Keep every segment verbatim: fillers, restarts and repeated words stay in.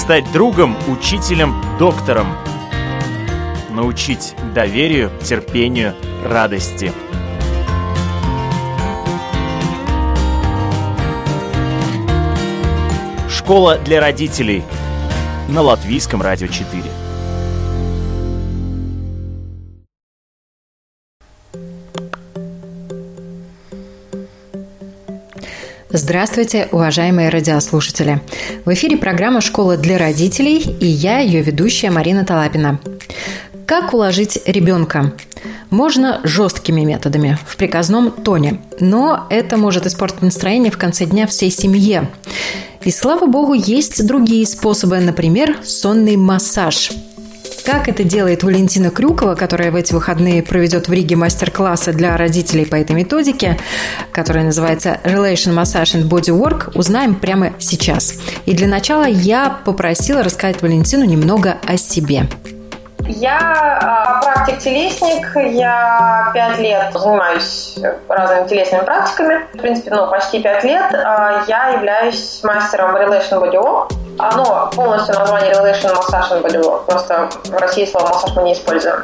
стать другом, учителем, доктором. Научить доверию, терпению, радости. Школа для родителей на Латвийском радио четыре. Здравствуйте, уважаемые радиослушатели! В эфире программа «Школа для родителей» и я, ее ведущая Марина Талапина. Как уложить ребенка? Можно жесткими методами, в приказном тоне, но это может испортить настроение в конце дня всей семье. И, слава богу, есть другие способы, например, сонный массаж. Как это делает Валентина Крюкова, которая в эти выходные проведет в Риге мастер-классы для родителей по этой методике, которая называется Relation Massage and Bodywork, узнаем прямо сейчас. И для начала я попросила рассказать Валентину немного о себе. Я практик-телесник, я пять лет занимаюсь разными телесными практиками, в принципе, ну, почти пять лет. Я являюсь мастером Relation Bodywork. Оно полностью название Relation Massage and Bodywork, просто в России слово массаж мы не используем.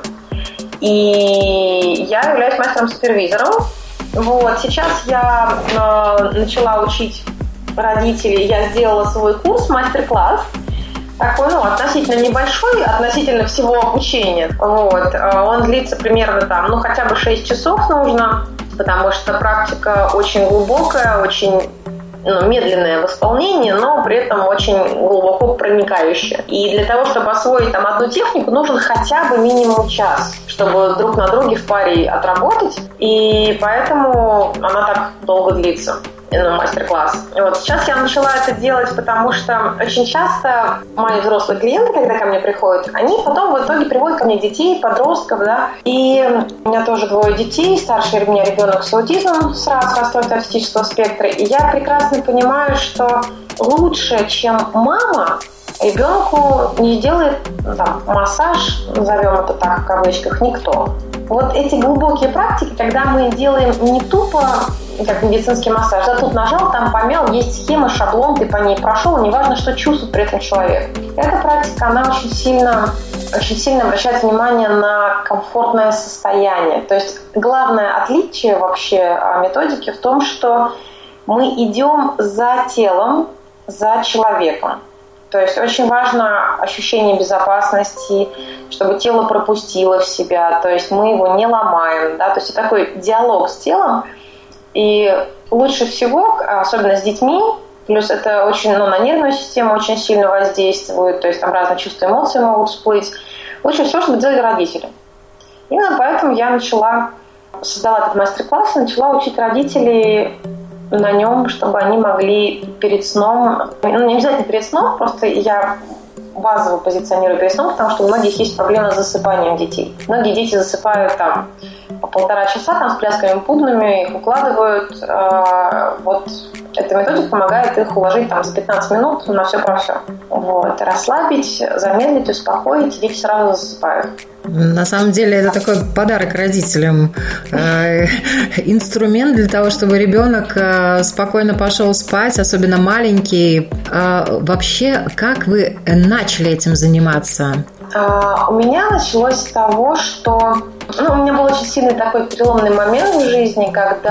И я являюсь мастером-супервизором. Вот, сейчас я э, начала учить родителей, я сделала свой курс, мастер-класс, такой, ну, относительно небольшой, относительно всего обучения. Вот, он длится примерно там, ну, хотя бы шесть часов нужно, потому что практика очень глубокая, очень ну, медленное в исполнении, но при этом очень глубоко проникающее. И для того, чтобы освоить там одну технику, нужен хотя бы минимум час, чтобы друг на друге в паре отработать. И поэтому она так долго длится. Ну, мастер-класс. Вот. Сейчас я начала это делать, потому что очень часто мои взрослые клиенты, когда ко мне приходят, они потом в итоге приводят ко мне детей, подростков, да. И у меня тоже двое детей, старший у меня ребенок с аутизмом, с расстройством аутистического спектра. И я прекрасно понимаю, что лучше, чем мама, ребенку не сделает ну, там, массаж, назовем это так в кавычках, никто. Вот эти глубокие практики, когда мы делаем не тупо как медицинский массаж, да, тут нажал, там помял, есть схема, шаблон, ты по ней прошел, неважно, что чувствует при этом человек. Эта практика, она очень сильно, очень сильно обращает внимание на комфортное состояние. То есть главное отличие вообще методики в том, что мы идем за телом, за человеком. То есть очень важно ощущение безопасности, чтобы тело пропустило в себя, то есть мы его не ломаем, да, то есть это такой диалог с телом. И лучше всего, особенно с детьми, плюс это очень, ну, на нервную систему очень сильно воздействует, то есть там разные чувства, эмоции могут всплыть. Лучше всего, чтобы делали родители. Именно поэтому я начала, создала этот мастер-класс и начала учить родителей на нем, чтобы они могли перед сном, ну, не обязательно перед сном, просто я базово позиционирую перед сном, потому что у многих есть проблема с засыпанием детей. Многие дети засыпают там по полтора часа там, с плясками пудными, их укладывают. Э, вот эта методика помогает их уложить там, за пятнадцать минут на все про все. Вот. Расслабить, замедлить, успокоить, и дети сразу засыпают. На самом деле это такой подарок родителям, инструмент для того, чтобы ребенок спокойно пошел спать, особенно маленький. Вообще, как вы начали этим заниматься? У меня началось с того, что ну, у меня был очень сильный такой переломный момент в жизни,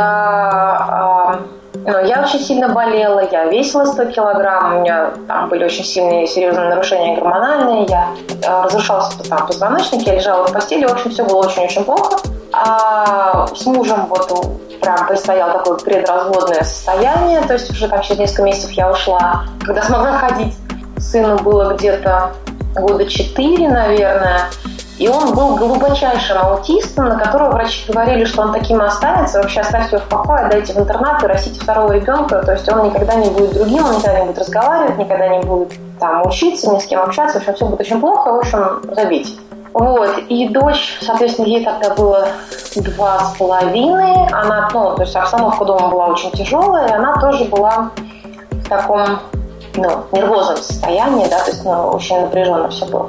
когда ну, я очень сильно болела, я весила сто килограмм, у меня там были очень сильные серьезные нарушения гормональные, я э, разрушался там позвоночник, я лежала в постели, в общем, все было очень-очень плохо. А с мужем вот прям предстояло такое предразводное состояние, то есть уже там через несколько месяцев я ушла, когда смогла ходить. Сыну было где-то года четыре, наверное, и он был глубочайшим аутистом, на которого врачи говорили, что он таким и останется, вообще оставьте его в покое, отдайте в интернат и растите второго ребенка, то есть он никогда не будет другим, он никогда не будет разговаривать, никогда не будет там учиться, ни с кем общаться, в общем, все будет очень плохо, в общем, забейте. Вот, и дочь, соответственно, ей тогда было два с половиной, она, ну, то есть обстановка дома была очень тяжелая, и она тоже была в таком, ну, нервозном состоянии, да, то есть, ну, очень напряженно все было.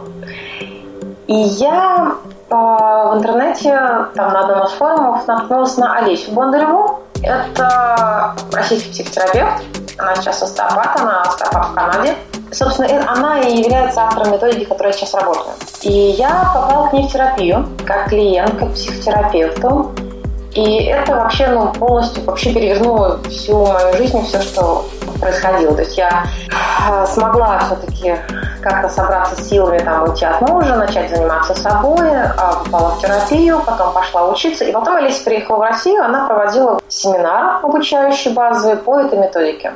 И я э, в интернете, там, на одном из форумов наткнулась на Олесю Бондареву. Это российский психотерапевт. Она сейчас остеопат, она остеопат в Канаде. собственно, она и является автором методики, которой я сейчас работаю. И я попала к ней в терапию, как клиент, как психотерапевту. И это вообще, ну, полностью вообще перевернуло всю мою жизнь, все, что происходило. То есть я смогла все-таки как-то собраться с силами, там, уйти от мужа, начать заниматься собой, попала в терапию, потом пошла учиться. И потом Олеся приехала в Россию, она проводила семинар обучающий базовый по этой методике.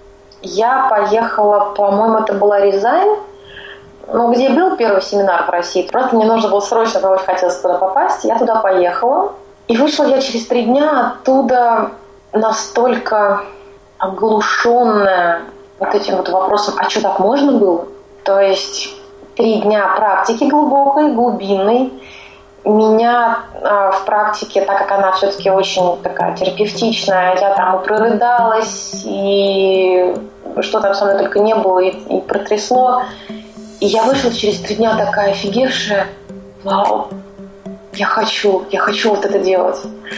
Я поехала, по-моему, это была Рязань, ну, где был первый семинар в России. Просто мне нужно было срочно, потому что хотелось туда попасть. Я туда поехала. И вышла я через три дня оттуда настолько оглушенная вот этим вот вопросом, а что, так можно было? То есть три дня практики глубокой, глубинной. Меня э, в практике, так как она все-таки очень такая терапевтичная, я там и прорыдалась, и что там со мной только не было, и, и протрясло. И я вышла через три дня такая офигевшая. Вау! Я хочу, я хочу вот это делать.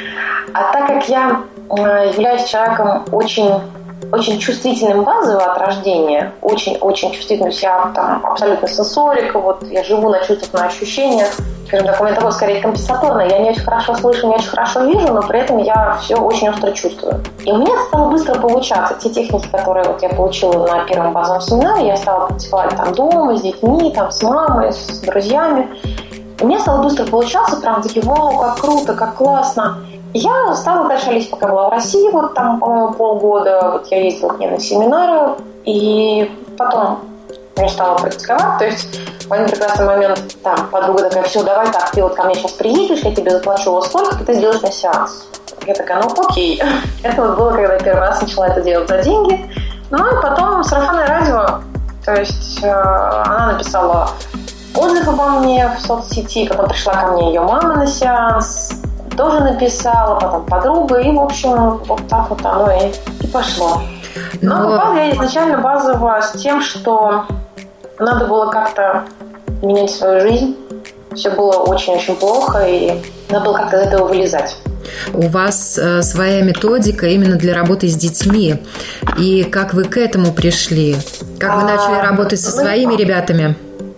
А так как я являюсь человеком очень, очень чувствительным базово от рождения, очень-очень чувствительным, я там абсолютно сенсорика, вот я живу на чувствах, на ощущениях, скажем так, у меня такое скорее компенсаторное, я не очень хорошо слышу, не очень хорошо вижу, но при этом я все очень остро чувствую. И у меня стало быстро получаться. Те техники, которые вот я получила на первом базовом семинаре, я стала практиковать там дома, с детьми, там, с мамой, с друзьями. У меня стало быстро получаться, прям такие, вау, как круто, как классно. И я стала дальше лезть, пока была в России, вот там, по-моему, полгода, вот я ездила к ней на семинары, и потом я стала практиковать, то есть в один прекрасный момент там подруга такая, все, давай так, ты вот ко мне сейчас приедешь, я тебе заплачу вот столько, ты сделаешь мне сеанс. Я такая, ну окей. Это вот было, когда я первый раз начала это делать за деньги. Ну и потом сарафанное радио, то есть э, она написала отзыв обо мне в соцсети, потом пришла ко мне ее мама на сеанс, тоже написала, потом подруга, и, в общем, вот так вот оно и, и пошло. Но, Но попала я изначально базово с тем, что надо было как-то менять свою жизнь. Все было очень-очень плохо, и надо было как-то из этого вылезать. У вас э, своя методика именно для работы с детьми. И как вы к этому пришли? Как вы начали а, работать со своими ну, ребятами?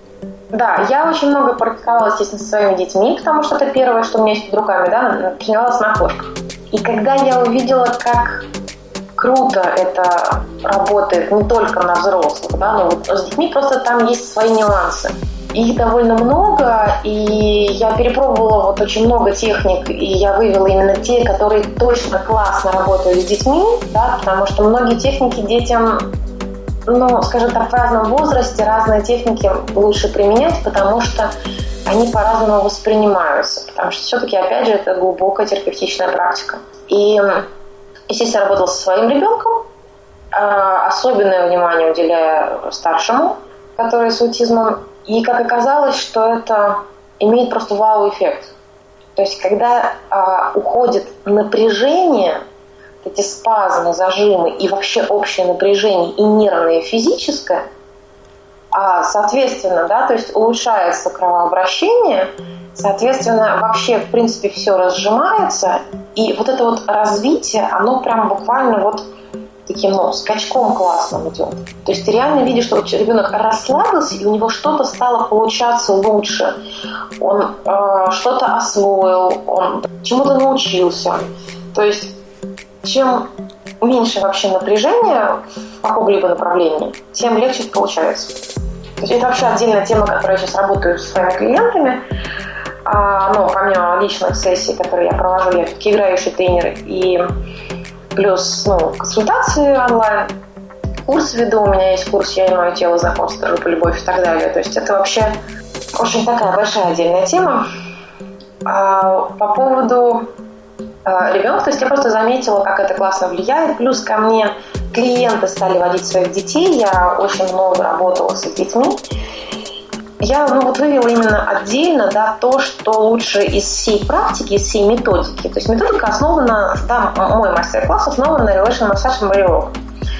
Да, я очень много практиковала, естественно, со своими детьми, потому что это первое, что у меня есть под руками, да, тренировалась на кошках. И когда я увидела, как круто это работает не только на взрослых, да, но вот с детьми просто там есть свои нюансы. Их довольно много, и я перепробовала вот очень много техник, и я вывела именно те, которые точно классно работают с детьми, да, потому что многие техники детям, ну, скажем так, в разном возрасте разные техники лучше применять, потому что они по-разному воспринимаются, потому что все-таки, опять же, это глубокая терапевтичная практика. И, естественно, я работала со своим ребенком, особенное внимание уделяя старшему, который с аутизмом. И как оказалось, что это имеет просто вау-эффект. То есть, когда а, уходит напряжение, эти спазмы, зажимы и вообще общее напряжение и нервное, и физическое, а, соответственно, да, то есть улучшается кровообращение, соответственно, вообще, в принципе, все разжимается, и вот это вот развитие, оно прям буквально вот таким, ну, скачком классным идет. То есть ты реально видишь, что вот ребенок расслабился, и у него что-то стало получаться лучше. Он э, что-то освоил, он чему-то научился. То есть чем меньше вообще напряжения в каком-либо направлении, тем легче получается. То есть это вообще отдельная тема, которой я сейчас работаю со своими клиентами. А, ну, помимо личных сессий, которые я провожу, я все-таки играющий тренер, и плюс, ну, консультации онлайн, курс веду, у меня есть курс «Я и мое тело. Знакомство, дружба, любовь» и так далее. То есть это вообще очень такая большая отдельная тема. А по поводу а, ребенка, то есть я просто заметила, как это классно влияет. Плюс ко мне клиенты стали водить своих детей. Я очень много работала с их детьми. Я, ну, вот вывела именно отдельно, да, то, что лучше из всей практики, из всей методики. То есть методика основана, да, мой мастер-класс основан на Relation Massage and Body Work.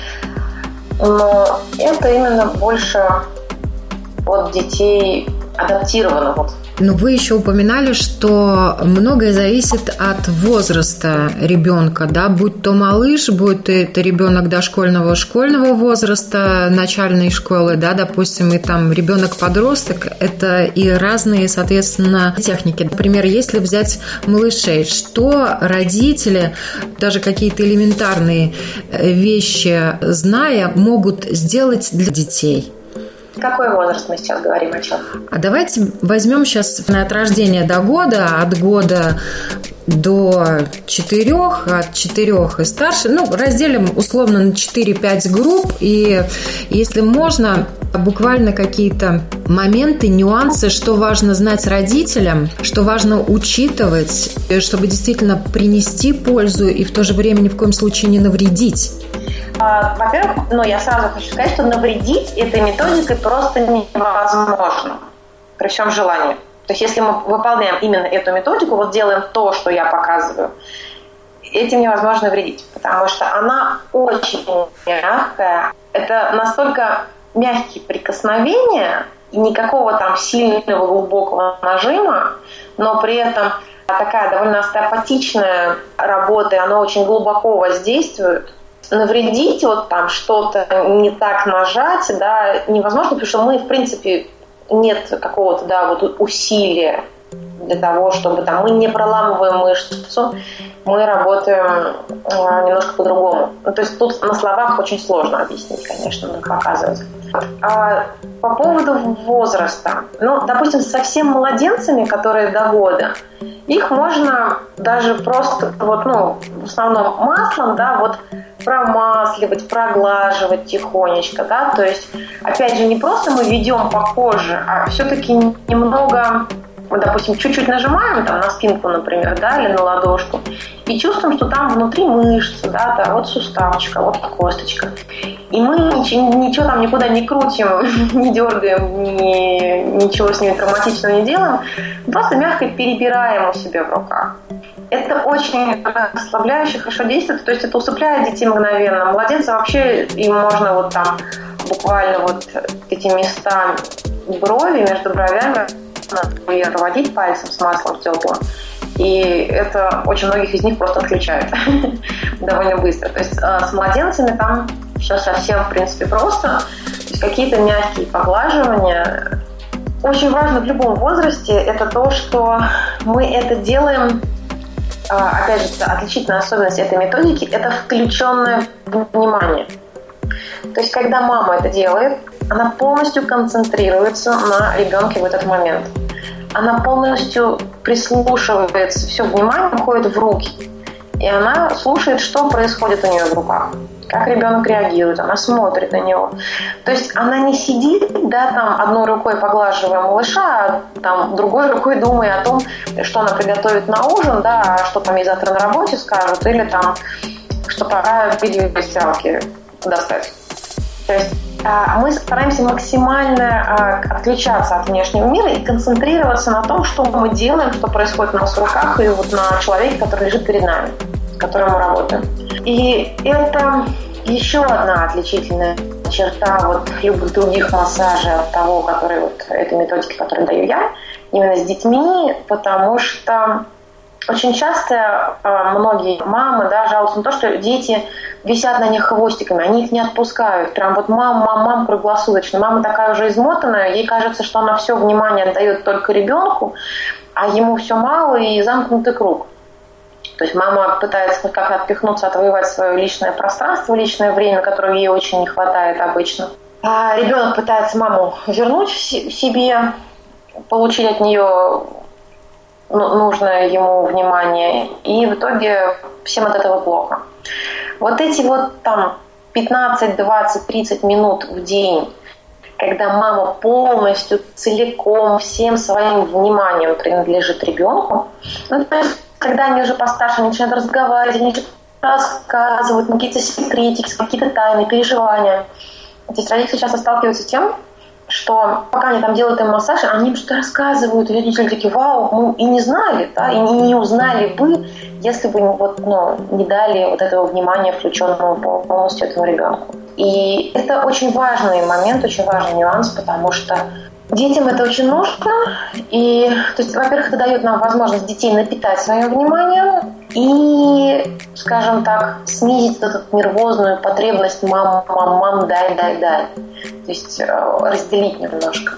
Но это именно больше от детей адаптировано вот Но вы еще упоминали, что многое зависит от возраста ребенка, да, будь то малыш, будь то это ребенок дошкольного, школьного возраста, начальной школы, да, допустим, и там ребенок-подросток, это и разные, соответственно, техники. Например, если взять малышей, что родители, даже какие-то элементарные вещи, зная, могут сделать для детей? Какой возраст мы сейчас говорим, о чем? А давайте возьмем сейчас от рождения до года, от года до четырех, от четырех и старше, ну, разделим условно на четыре-пять групп, и если можно, буквально какие-то моменты, нюансы, что важно знать родителям, что важно учитывать, чтобы действительно принести пользу и в то же время ни в коем случае не навредить. Во-первых, ну, я сразу хочу сказать, что навредить этой методикой просто невозможно при всем желании. То есть если мы выполняем именно эту методику, вот делаем то, что я показываю, этим невозможно вредить, потому что она очень мягкая. Это настолько мягкие прикосновения, и никакого там сильного глубокого нажима, но при этом такая довольно остеопатичная работа, и она очень глубоко воздействует. Навредить, вот там что-то не так нажать, да, невозможно, потому что мы, в принципе, нет какого-то, да, вот усилия для того, чтобы там мы не проламываем мышцу, мы работаем э, немножко по-другому. Ну, то есть тут на словах очень сложно объяснить, конечно, показывать. А по поводу возраста, ну, допустим, с совсем младенцами, которые до года, их можно даже просто вот, ну, в основном маслом, да, вот промасливать, проглаживать тихонечко, да, то есть, опять же, не просто мы ведем по коже, а все-таки немного, мы, допустим, чуть-чуть нажимаем там на спинку, например, да, или на ладошку, и чувствуем, что там внутри мышцы, да, да, вот суставчика, вот косточка. И мы ничего, ничего там никуда не крутим, не дергаем, ни, ничего с ними травматичного не делаем, просто мягко перебираем у себя в руках. Это очень расслабляюще, хорошо действует, то есть это усыпляет детей мгновенно. Младенца вообще им можно вот там буквально вот эти места брови, между бровями, например, проводить пальцем с маслом теплым. И это очень многих из них просто отключает довольно быстро. То есть с младенцами там все совсем, в принципе, просто. То есть какие-то мягкие поглаживания. Очень важно в любом возрасте это то, что мы это делаем. Опять же, отличительная особенность этой методики – это включенное внимание. То есть, когда мама это делает, она полностью концентрируется на ребенке в этот момент. Она полностью прислушивается, все внимание уходит в руки. И она слушает, что происходит у нее в руках. Как ребенок реагирует, она смотрит на него. То есть она не сидит, да, там одной рукой поглаживая малыша, а там другой рукой думая о том, что она приготовит на ужин, да, а что там ей завтра на работе скажут, или там, что пора белье из стиралки достать. То есть мы стараемся максимально отключаться от внешнего мира и концентрироваться на том, что мы делаем, что происходит у нас в руках и вот на человеке, который лежит перед нами, с которым мы работаем. И это еще одна отличительная черта вот любых других массажей от того, который вот этой методики, которую даю я, именно с детьми, потому что очень часто э, многие мамы, да, жалуются на то, что дети висят на них хвостиками, они их не отпускают. Прям вот мам, мам, мам круглосуточно. Мама такая уже измотанная, ей кажется, что она все внимание отдает только ребенку, а ему все мало и замкнутый круг. То есть мама пытается как-то отпихнуться, отвоевать свое личное пространство, личное время, которого ей очень не хватает обычно. А ребенок пытается маму вернуть в себе, получить от нее нужное ему внимание, и в итоге всем от этого плохо. Вот эти вот там пятнадцать, двадцать, тридцать минут в день, когда мама полностью, целиком, всем своим вниманием принадлежит ребенку, ну, то есть, когда они уже постарше, они начинают разговаривать, они рассказывают какие-то секретики, какие-то тайны, переживания. То есть родители часто сталкиваются с тем, что пока они там делают им массаж, они им что-то рассказывают, и родители такие: вау, мы и не знали, да, и не узнали бы, если бы вот, ну, не дали вот этого внимания, включенного полностью этому ребенку. И это очень важный момент, очень важный нюанс, потому что Детям это очень нужно. И, то есть, во-первых, это дает нам возможность детей напитать своим вниманием и, скажем так, снизить вот эту нервозную потребность мам, мам, мам, дай, дай, дай. То есть разделить немножко.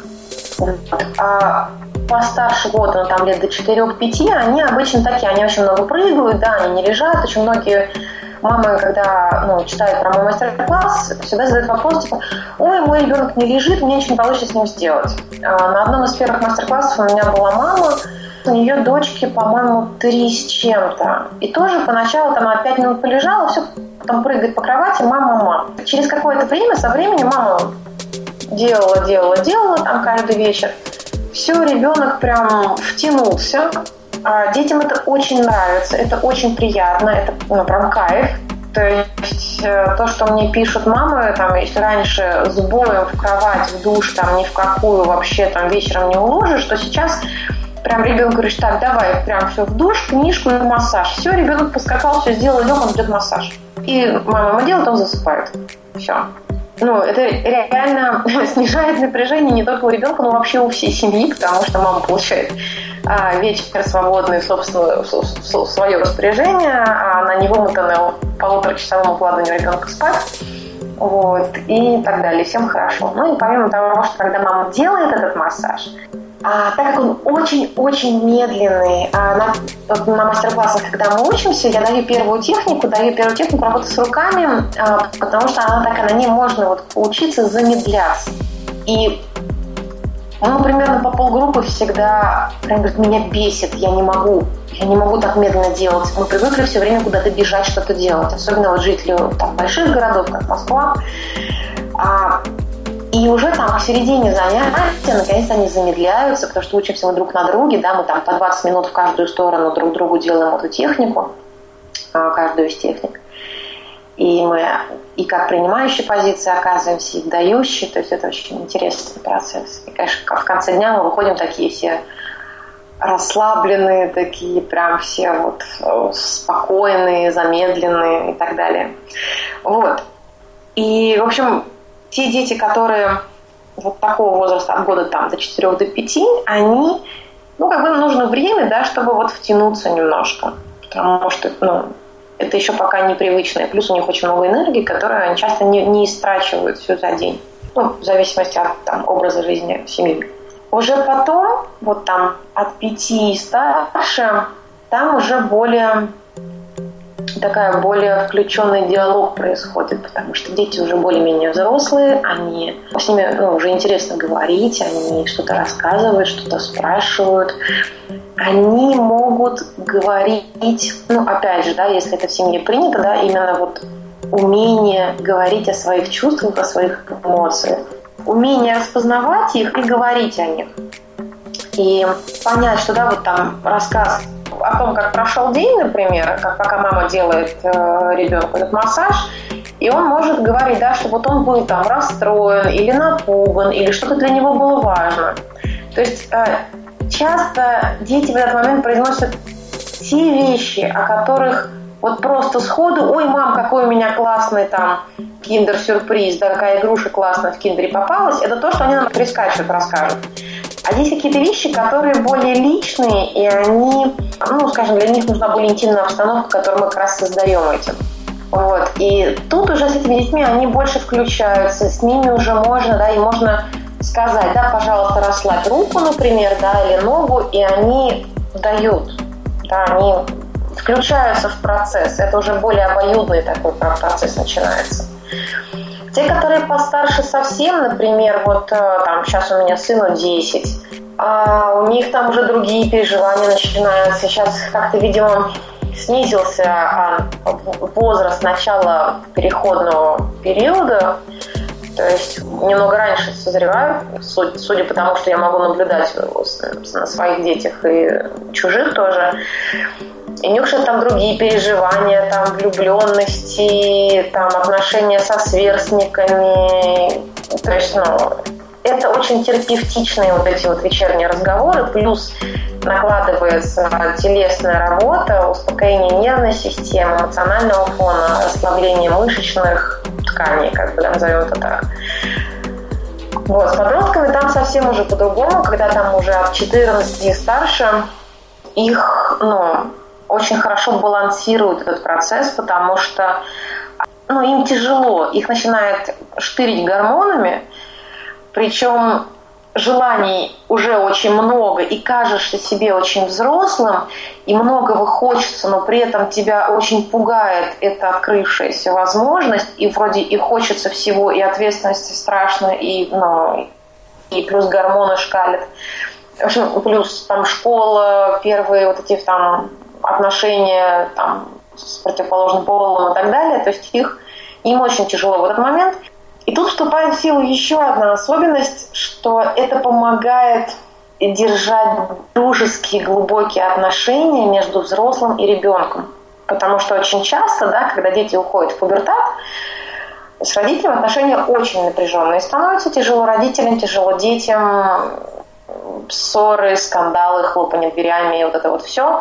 А постарше года, ну, там лет до четырех-пяти, они обычно такие, они очень много прыгают, да, они не лежат. Очень многие мамы, когда ну, читают про мой мастер-класс, всегда задают вопрос, типа, ой, мой ребенок не лежит, мне ничего не получится с ним сделать. На одном из первых мастер-классов у меня была мама, у нее дочке, по-моему, три с чем-то. И тоже поначалу там она пять минут полежала, все, потом прыгает по кровати, мама, мама. Через какое-то время, со временем мама делала, делала, делала там каждый вечер. Все, ребенок прям втянулся. А детям это очень нравится, это очень приятно, это ну, прям кайф. То есть то, что мне пишут мамы, там, если раньше с боем в кровать, в душ, там, ни в какую вообще там вечером не уложишь, то сейчас прям ребенок говорит, так, давай, прям все в душ, книжку и массаж. Все, ребенок поскакал, все сделал, лег, он ждет массаж. И мама ему делает, он засыпает. Все. Ну, это реально снижает напряжение не только у ребенка, но вообще у всей семьи, потому что мама получает а, вечер свободный, собственно, в, в, в свое распоряжение, а она не вымотана полуторачасовым укладыванием ребенка спать, вот, и так далее. Всем хорошо. Ну, и помимо того, что когда мама делает этот массаж, а, так как он очень-очень медленный, а на, вот на мастер-классах, когда мы учимся, я даю первую технику, даю первую технику работы с руками, а, потому что она так, на ней можно вот поучиться замедляться. И, ну, примерно по полгруппы всегда прям говорит, меня бесит, я не могу, я не могу так медленно делать. Мы привыкли все время куда-то бежать, что-то делать, особенно вот жители там, больших городов, как Москва. А, И уже там к середине занятия наконец-то они замедляются, потому что учимся мы друг на друге, да, мы там по двадцать минут в каждую сторону друг другу делаем эту технику, каждую из техник. И мы и как принимающие позиции оказываемся, и дающие, то есть это очень интересный процесс. И, конечно, в конце дня мы выходим такие все расслабленные, такие прям все вот спокойные, замедленные и так далее. Вот. И, в общем, те дети, которые вот такого возраста, от года там, до четырёх до пяти, они, ну, как бы им нужно время, да, чтобы вот втянуться немножко. Потому что, ну, это еще пока непривычно. Плюс у них очень много энергии, которую они часто не, не истрачивают всю за день. Ну, в зависимости от там, образа жизни семьи. Уже потом, вот там от пяти и старше, там уже более... такая более включенный диалог происходит, потому что дети уже более-менее взрослые, они с ними ну, уже интересно говорить, они что-то рассказывают, что-то спрашивают. Они могут говорить, ну, опять же, да, если это в семье принято, да, именно вот умение говорить о своих чувствах, о своих эмоциях, умение распознавать их и говорить о них. И понять, что, да, вот там рассказ о том, как прошел день, например, как пока мама делает э, ребенку этот массаж, и он может говорить, да, что вот он был там расстроен или напуган, или что-то для него было важно. То есть э, часто дети в этот момент произносят те вещи, о которых вот просто сходу, ой, мам, какой у меня классный там киндер-сюрприз, да, какая игруша классная в киндере попалась, это то, что они нам прискачут, расскажут. А здесь какие-то вещи, которые более личные, и они, ну, скажем, для них нужна более интимная обстановка, которую мы как раз создаем этим. Вот. И тут уже с этими детьми они больше включаются, с ними уже можно, да, и можно сказать, да, пожалуйста, расслабь руку, например, да, или ногу, и они дают, да, они включаются в процесс. Это уже более обоюдный такой процесс начинается. Те, которые постарше совсем, например, вот там сейчас у меня сыну десять, а у них там уже другие переживания начинаются. Сейчас как-то, видимо, снизился возраст начала переходного периода, то есть немного раньше созревают, судя по тому, что я могу наблюдать на своих детях и чужих тоже. И у них же там другие переживания, там влюбленности, там отношения со сверстниками. То есть, ну, это очень терапевтичные вот эти вот вечерние разговоры, плюс накладывается телесная работа, успокоение нервной системы, эмоционального фона, расслабление мышечных тканей, как бы назовем это так. Вот, с подростками там совсем уже по-другому, когда там уже от четырнадцати и старше, их, ну, очень хорошо балансируют этот процесс, потому что, ну, им тяжело, их начинает штырить гормонами, причем желаний уже очень много, и кажешься себе очень взрослым, и многого хочется, но при этом тебя очень пугает эта открывшаяся возможность, и вроде и хочется всего, и ответственности страшно, и, ну, и плюс гормоны шкалят. В общем, плюс там школа, первые вот эти там отношения там, с противоположным полом и так далее, то есть их, им очень тяжело в этот момент. И тут вступает в силу еще одна особенность, что это помогает держать дружеские, глубокие отношения между взрослым и ребенком. Потому что очень часто, да, когда дети уходят в пубертат, с родителями отношения очень напряженные становятся. Тяжело родителям, тяжело детям, ссоры, скандалы, хлопанье дверями, вот это вот все.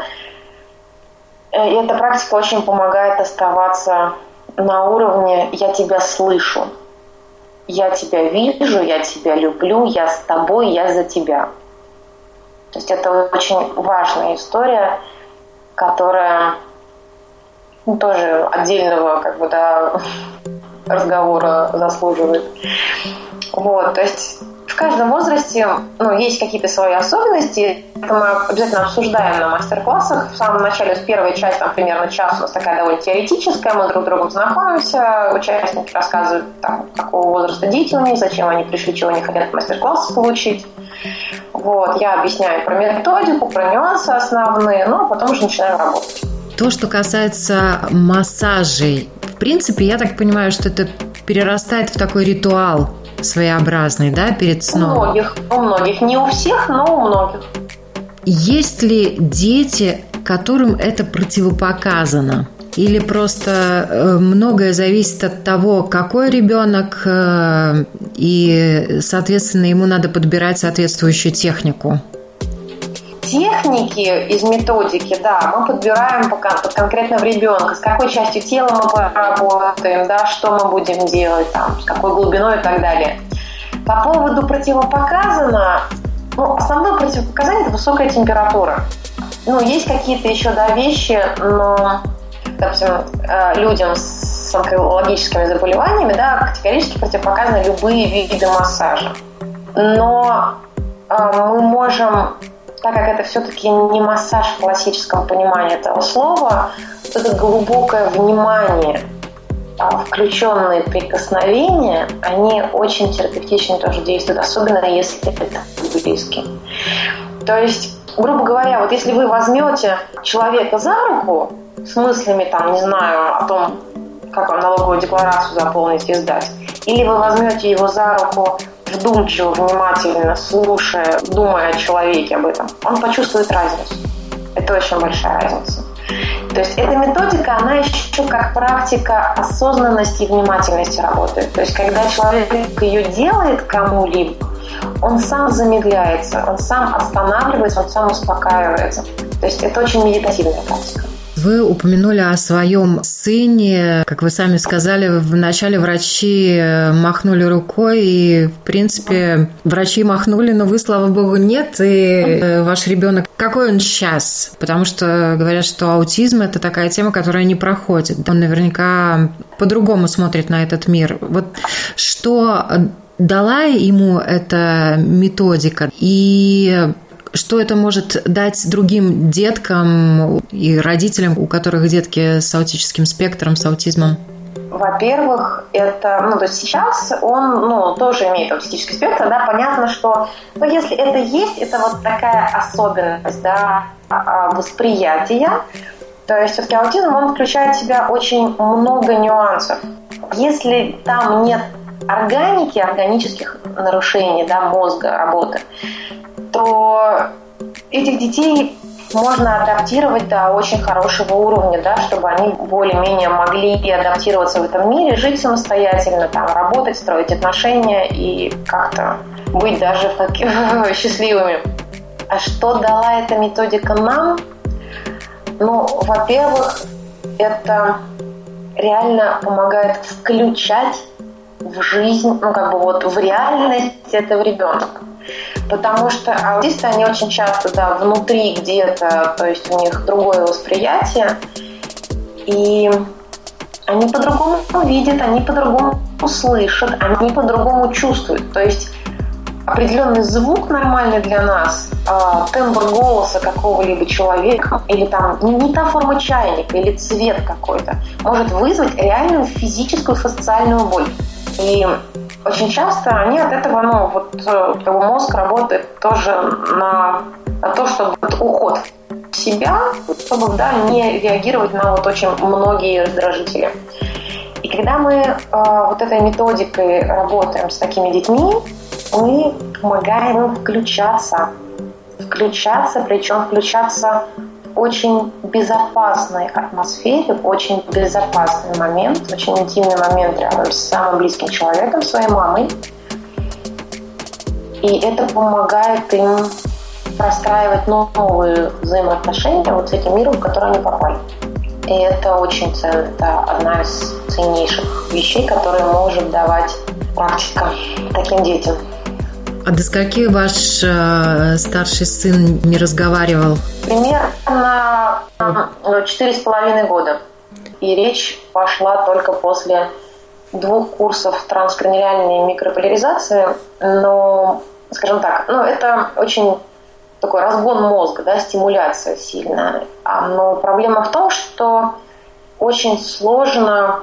И эта практика очень помогает оставаться на уровне «я тебя слышу». Я тебя вижу, я тебя люблю, я с тобой, я за тебя. То есть это очень важная история, которая, ну, тоже отдельного как бы, да, разговора заслуживает. Вот, то есть в каждом возрасте, ну, есть какие-то свои особенности. Это мы обязательно обсуждаем на мастер-классах. В самом начале, с первой части, там, примерно час, у нас такая довольно теоретическая. Мы друг с другом знакомимся. Участники рассказывают, там, какого возраста дети у них, зачем они пришли, чего они хотят мастер-класс получить. Вот. Я объясняю про методику, про нюансы основные, ну, а потом уже начинаем работать. То, что касается массажей, в принципе, я так понимаю, что это перерастает в такой ритуал своеобразный, да, перед сном? У многих, у многих. Не у всех, но у многих. Есть ли дети, которым это противопоказано? Или просто многое зависит от того, какой ребенок, и, соответственно, ему надо подбирать соответствующую технику? Техники из методики, да, мы подбираем под конкретного ребенка, с какой частью тела мы поработаем, да, что мы будем делать, там, с какой глубиной и так далее. По поводу противопоказано, ну, основное противопоказание – это высокая температура. Ну, есть какие-то еще, да, вещи, но, допустим, людям с онкологическими заболеваниями, да, категорически противопоказаны любые виды массажа. Но мы можем, так как это все-таки не массаж в классическом понимании этого слова, это глубокое внимание, включенные прикосновения, они очень терапевтично тоже действуют, особенно если это близкие. То есть, грубо говоря, вот если вы возьмете человека за руку с мыслями, там, не знаю, о том, как вам налоговую декларацию заполнить и сдать, или вы возьмете его за руку вдумчиво, внимательно, слушая, думая о человеке об этом, он почувствует разницу. Это очень большая разница. То есть эта методика, она еще как практика осознанности и внимательности работает. То есть когда человек ее делает кому-либо, он сам замедляется, он сам останавливается, он сам успокаивается. То есть это очень медитативная практика. Вы упомянули о своем сыне. Как вы сами сказали, вначале врачи махнули рукой, и, в принципе, врачи махнули, но вы, слава богу, нет. И ваш ребенок, какой он сейчас? Потому что говорят, что аутизм – это такая тема, которая не проходит. Он наверняка по-другому смотрит на этот мир. Вот что дала ему эта методика? И что это может дать другим деткам и родителям, у которых детки с аутическим спектром, с аутизмом? Во-первых, это, ну, то есть сейчас он, ну, тоже имеет аутистический спектр, да, понятно, что, ну, если это есть, это вот такая особенность, да, восприятия, то есть все-таки аутизм, он включает в себя очень много нюансов. Если там нет органики, органических нарушений, да, мозга, работы, то этих детей можно адаптировать до очень хорошего уровня, да, чтобы они более-менее могли и адаптироваться в этом мире, жить самостоятельно, там, работать, строить отношения и как-то быть даже счастливыми. А что дала эта методика нам? Ну, во-первых, это реально помогает включать в жизнь, ну как бы вот в реальность этого ребенка. Потому что аутисты, они очень часто, да, внутри где-то, то есть у них другое восприятие, и они по-другому видят, они по-другому слышат, они по-другому чувствуют. То есть определенный звук нормальный для нас, э, тембр голоса какого-либо человека, или там не та форма чайника, или цвет какой-то, может вызвать реальную физическую социальную боль. И очень часто они от этого, ну, вот его мозг работает тоже на, на то, чтобы вот уход в себя, чтобы, да, не реагировать на вот очень многие раздражители. И когда мы э, вот этой методикой работаем с такими детьми, мы помогаем им включаться. Включаться, причем включаться в очень безопасной атмосфере, в очень безопасный момент, очень интимный момент рядом с самым близким человеком, своей мамой. И это помогает им простраивать новые взаимоотношения вот с этим миром, в который они попали. И это очень ценно. Это одна из ценнейших вещей, которые может давать практика таким детям. А до скольки ваш э, старший сын не разговаривал? Примерно четыре с половиной года. И речь пошла только после двух курсов транскраниальной микрополяризации. Но, скажем так, ну, это очень такой разгон мозга, да, стимуляция сильная. Но проблема в том, что очень сложно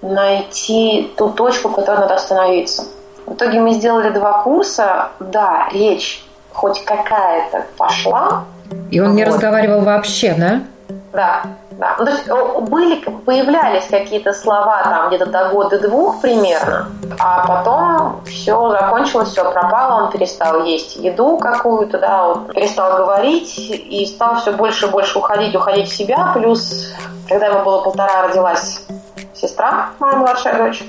найти ту точку, в которой надо остановиться. В итоге мы сделали два курса, да, речь хоть какая-то пошла. И он вот не разговаривал вообще, да? Да, да. Ну, то есть были, появлялись какие-то слова там где-то до года-двух примерно, а потом все закончилось, все пропало, он перестал есть еду какую-то, да, он перестал говорить и стал все больше и больше уходить, уходить в себя. Плюс, когда ему было полтора, родилась сестра, моя младшая дочь.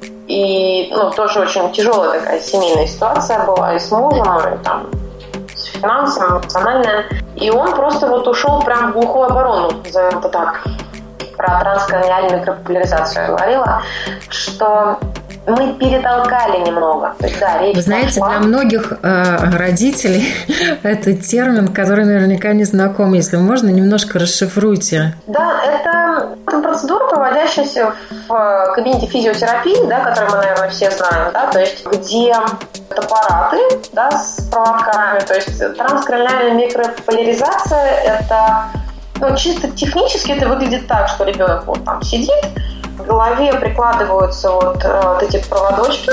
И, ну, тоже очень тяжелая такая семейная ситуация была и с мужем, и там с финансами, эмоциональная. И он просто вот ушел прям в глухую оборону, назовем это так. Про транскраниальную микрополяризацию я говорила, что мы перетолкали немного. То есть, да, речь Вы знаете, пошла. для многих э, родителей это термин, который наверняка не знаком. Если можно, немножко расшифруйте. Да, это процедура, проводящаяся в кабинете физиотерапии, да, который мы, наверное, все знаем, да, то есть где аппараты, да, с проводками. То есть транскраниальная микрополяризация – это, ну, чисто технически это выглядит так, что ребенок вот там сидит, в голове прикладываются вот, вот эти проводочки,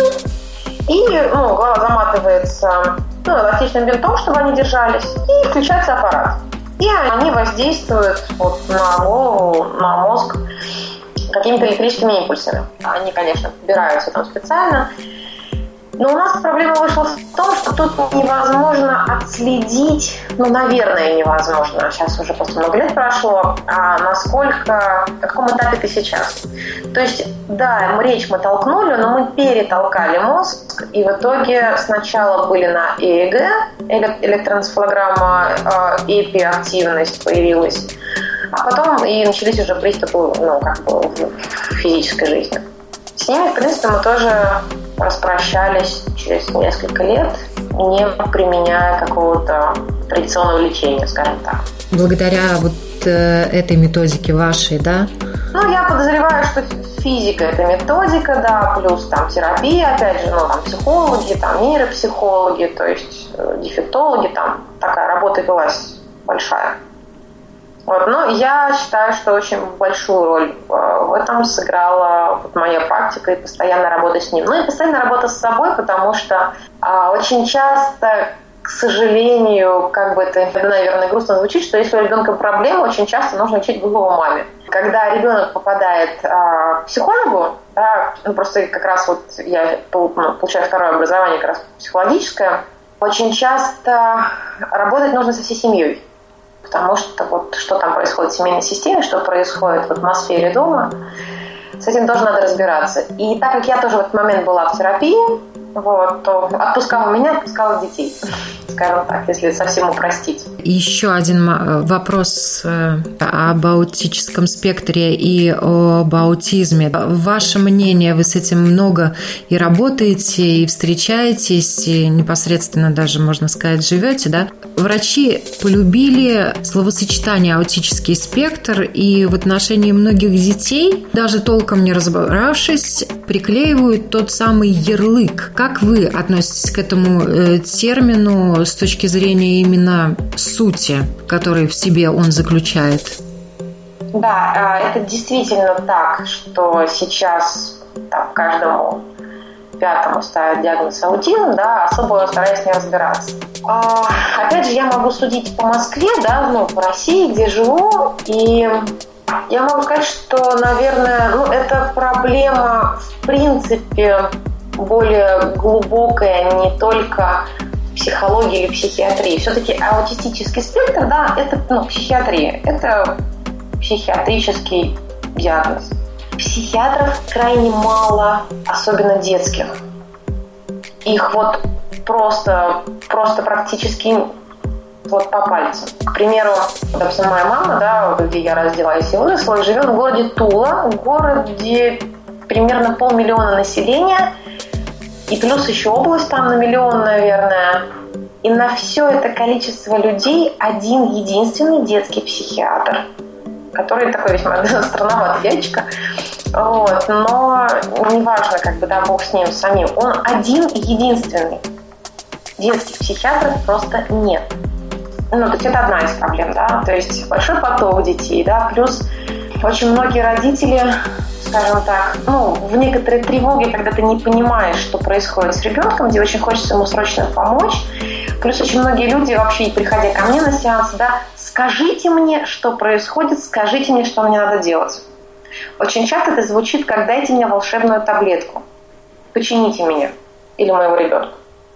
и, ну, голова заматывается, ну, эластичным бинтом, чтобы они держались, и включается аппарат. И они воздействуют вот на голову, на мозг какими-то электрическими импульсами. Они, конечно, подбираются там специально. Но у нас проблема вышла в том, что тут невозможно отследить, ну, наверное, невозможно, сейчас уже после много лет прошло, а насколько, на каком этапе ты сейчас. То есть, да, речь мы толкнули, но мы перетолкали мозг, и в итоге сначала были на и и джи, электроэнцефалограмма, эпиактивность появилась, а потом и начались уже приступы, ну, как бы в физической жизни. С ними, в принципе, мы тоже распрощались через несколько лет, не применяя какого-то традиционного лечения, скажем так. Благодаря вот э, этой методике вашей, да? Ну, я подозреваю, что физика – это методика, да, плюс там терапия, опять же, ну, там психологи, там нейропсихологи, то есть э, дефектологи, там такая работа велась большая. Вот, но я считаю, что очень большую роль в этом сыграла вот моя практика и постоянная работа с ним. Ну и постоянная работа с собой, потому что а, очень часто, к сожалению, как бы это, наверное, грустно звучит, что если у ребенка проблема, очень часто нужно учить голову маме. Когда ребенок попадает а, к психологу, да, ну просто как раз вот я ну, получаю второе образование, как раз психологическое, очень часто работать нужно со всей семьей. Потому что вот что там происходит в семейной системе, что происходит в атмосфере дома, с этим тоже надо разбираться. И так как я тоже в этот момент была в терапии, вот, то отпускала меня, отпускала детей, скажем так, если совсем упростить. еще один вопрос об аутическом спектре и об аутизме. Ваше мнение, вы с этим много и работаете, и встречаетесь, и непосредственно даже, можно сказать, живете, да? Врачи полюбили словосочетание «аутический спектр», и в отношении многих детей, даже толком не разобравшись, приклеивают тот самый ярлык. Как вы относитесь к этому термину с точки зрения именно сути, которую в себе он заключает? Да, это действительно так, что сейчас там, каждому пятому ставят диагноз аутизм, да, особо стараюсь не разбираться. А, опять же, я могу судить по Москве, да, ну, по России, где живу, и я могу сказать, что, наверное, ну, это проблема, в принципе, более глубокая, не только в психологии или психиатрии. Все-таки аутистический спектр, да, это, ну, психиатрия, это психиатрический диагноз. Психиатров крайне мало, особенно детских. Их вот просто, просто практически вот по пальцам. К примеру, допустим, моя мама, да, где я родилась и выросла, живет в городе Тула, город, где примерно полмиллиона населения, и плюс еще область там на миллион, наверное. И на все это количество людей один единственный детский психиатр, который такой весьма странноватый дядечка. Вот. Но неважно, как бы, да, бог с ним, с самим. Он один единственный. Детских психиатров просто нет. Ну, то есть это одна из проблем, да. То есть большой поток детей, да, плюс очень многие родители, скажем так, ну, в некоторой тревоге, когда ты не понимаешь, что происходит с ребенком, где очень хочется ему срочно помочь. Плюс очень многие люди, вообще, приходя ко мне на сеанс, да, скажите мне, что происходит, скажите мне, что мне надо делать. Очень часто это звучит, как «дайте мне волшебную таблетку, почините меня или моего ребенка».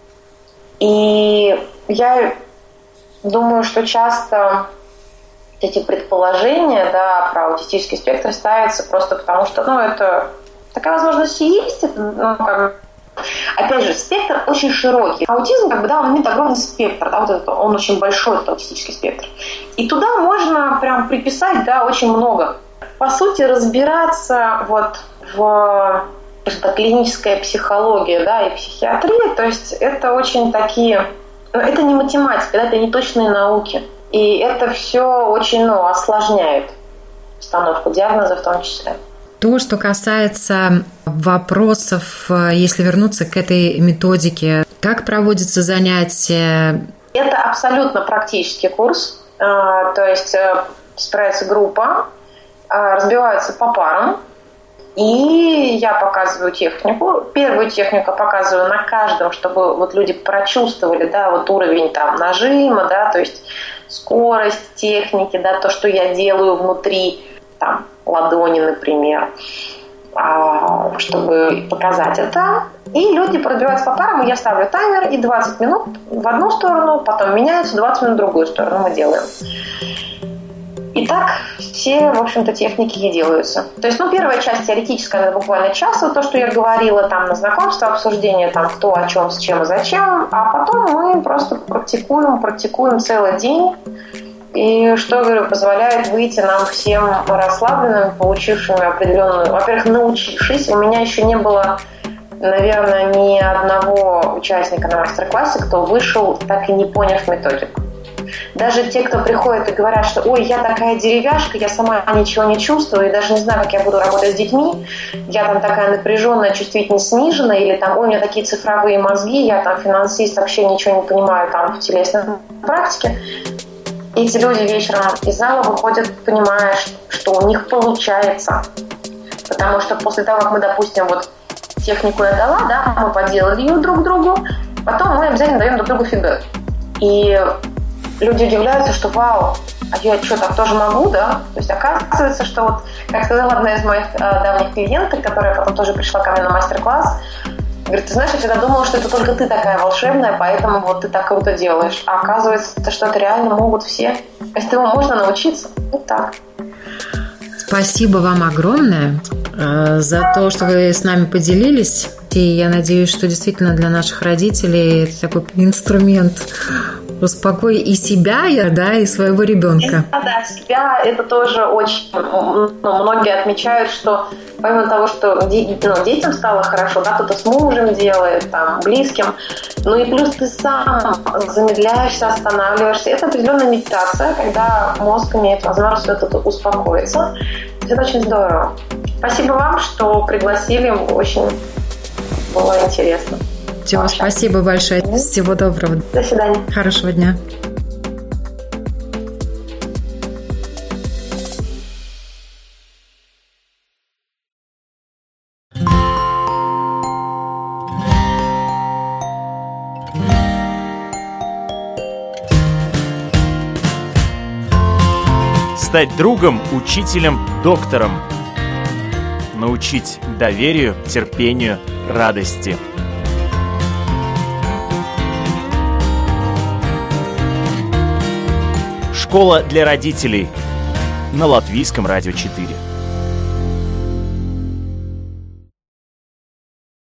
И я думаю, что часто эти предположения, да, про аутистический спектр ставятся просто потому, что, ну, это такая возможность есть, это, ну, как. Опять же, спектр очень широкий. Аутизм, как бы, да, он имеет огромный спектр, да, вот это, он очень большой, этот аутистический спектр. И туда можно прям приписать, да, очень много. По сути, разбираться вот в клинической психологии, да, и психиатрии, то есть это очень такие, ну, это не математика, да, это не точные науки. И это все очень, ну, осложняет постановку диагноза в том числе. То, что касается вопросов, если вернуться к этой методике, как проводятся занятия? Это абсолютно практический курс. То есть собирается группа, разбиваются по парам, и я показываю технику. Первую технику показываю на каждом, чтобы вот люди прочувствовали, да, вот уровень там нажима, да, то есть скорость техники, да, то, что я делаю внутри там ладони, например, чтобы показать это. И люди пробиваются по парам, и я ставлю таймер, и двадцать минут в одну сторону, потом меняются, двадцать минут в другую сторону мы делаем. И так все, в общем-то, техники и делаются. То есть, ну, первая часть теоретическая, она буквально час, вот то, что я говорила, там, на знакомство, обсуждение, там, кто, о чем, с чем и зачем, а потом мы просто практикуем, практикуем целый день. И что, говорю, позволяет выйти нам всем расслабленным, получившими определенную... Во-первых, научившись. У меня еще не было, наверное, ни одного участника на мастер-классе, кто вышел, так и не поняв методику. Даже те, кто приходит и говорят, что «Ой, я такая деревяшка, я сама ничего не чувствую, и даже не знаю, как я буду работать с детьми, я там такая напряженная, чувствительность снижена», или там «Ой, у меня такие цифровые мозги, я там финансист, вообще ничего не понимаю там в телесной практике». Эти люди вечером из зала выходят, понимая, что у них получается. Потому что после того, как мы, допустим, вот технику я дала, да, мы поделали ее друг другу, потом мы обязательно даем друг другу фидбэк. И люди удивляются, что вау, а я что, так тоже могу, да? То есть оказывается, что вот, как сказала одна из моих э, давних клиенток, которая потом тоже пришла ко мне на мастер-класс, говорит, ты знаешь, я всегда думала, что это только ты такая волшебная, поэтому вот ты так круто делаешь. А оказывается, что это реально могут все. Этому можно научиться. Вот так. Спасибо вам огромное э, за то, что вы с нами поделились. И я надеюсь, что действительно для наших родителей это такой инструмент Успокой и себя, да, и своего ребенка. Да, да, себя это тоже очень, ну, многие отмечают, что помимо того, что ну, детям стало хорошо, да, кто-то с мужем делает, там, близким, ну и плюс ты сам замедляешься, останавливаешься. Это определенная медитация, когда мозг имеет возможность это успокоиться. Это очень здорово. Спасибо вам, что пригласили, очень было интересно. Все, спасибо большое. Всего доброго. До свидания. Хорошего дня. Стать другом, учителем, доктором. Научить доверию, терпению, радости. Школа для родителей на Латвийском радио четыре.